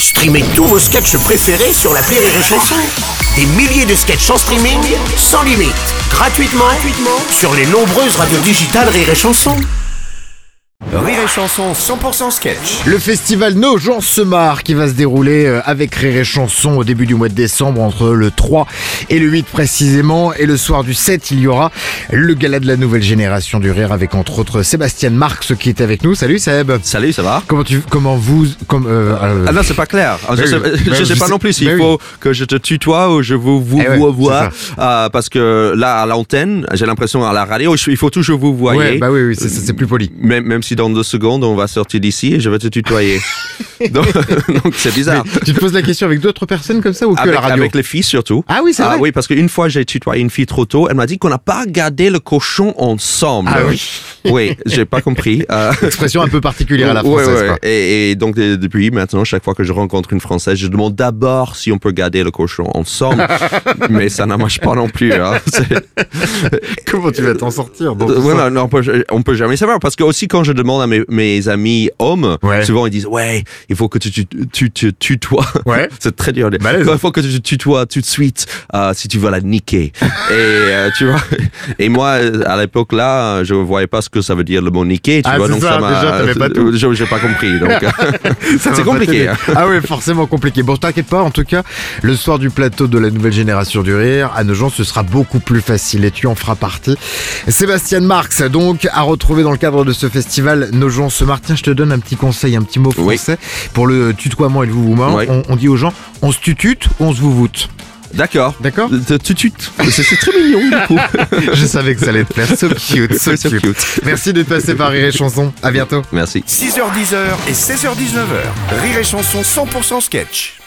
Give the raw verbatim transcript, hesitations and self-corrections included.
Streamez tous vos sketchs préférés sur l'appli Rire et Chanson. Des milliers de sketchs en streaming, sans limite, gratuitement, gratuitement sur les nombreuses radios digitales Rire et Chanson. Rire et Chanson cent pour cent sketch. Le festival Nos gens se marrent qui va se dérouler avec Rire et Chanson au début du mois de décembre, entre le trois et le huit précisément. Et le soir du sept, il y aura le gala de la nouvelle génération du rire avec entre autres Sébastien Marx qui est avec nous. Salut Seb. Salut, ça va? Comment tu, comment vous, comme euh, euh... Ah non, c'est pas clair. Je oui, sais, oui. je Bah, sais je pas sais. non plus s'il Bah, faut oui. que je te tutoie ou je vous vous Eh ouais, vois, euh, parce que là à l'antenne, j'ai l'impression à la radio, il faut toujours vous voyez. Ouais, bah oui, oui, c'est, c'est plus poli. Même, même si dans deux secondes on va sortir d'ici et je vais te tutoyer. donc, donc c'est bizarre. Mais tu te poses la question avec d'autres personnes comme ça ou que Avec, la radio? avec les filles surtout. Ah oui, c'est vrai. Ah oui, parce qu'une fois j'ai tutoyé une fille trop tôt, elle m'a dit qu'on n'a pas gardé le cochon ensemble. Ah oui. Oui, j'ai pas compris. Euh, Expression un peu particulière à la Ouais, française. ouais. Quoi. Et, et donc de- depuis maintenant, chaque fois que je rencontre une Française, je demande d'abord si on peut garder le cochon ensemble. Mais ça ne marche pas non plus. Hein. C'est- Comment tu vas t'en sortir dans tout Ouais, ça? non, non, on peut, on peut jamais savoir parce que aussi quand je demande à mes, mes amis hommes, Ouais. souvent ils disent ouais, il faut que tu tu tu, tu tutoies. Ouais. C'est très dur. Malaise. Il faut que tu tutoies tout de suite euh, si tu veux la niquer. et euh, tu vois. Et moi à l'époque là, je voyais pas ce que ça veut dire le mot niquer. Tu Ah, vois, c'est donc ça, ça m'a. déjà, t'avais pas tout. Je j'ai pas compris. Donc Ça va c'est pas compliqué. t'aider. Hein. Ah oui, forcément compliqué. Bon, t'inquiète pas, en tout cas, le soir du plateau de la nouvelle génération du rire, à Nogent, ce sera beaucoup plus facile et tu en feras partie. Sébastien Marx, donc, à retrouver dans le cadre de ce festival Nogent se marrent. Tiens, je te donne un petit conseil, un petit mot Oui. français pour le tutoiement et le vouvoiement. Oui. On, on dit aux gens, on se tutute ou on se vouvoute. D'accord. D'accord? Tout de suite. C'est c'est très mignon du coup. Je savais que ça allait te plaire. So cute, so So cute. cute. Merci d'être passé par Rire et Chanson. À bientôt. Merci. six heures dix et seize heures dix-neuf heures. Rire et Chanson cent pour cent sketch.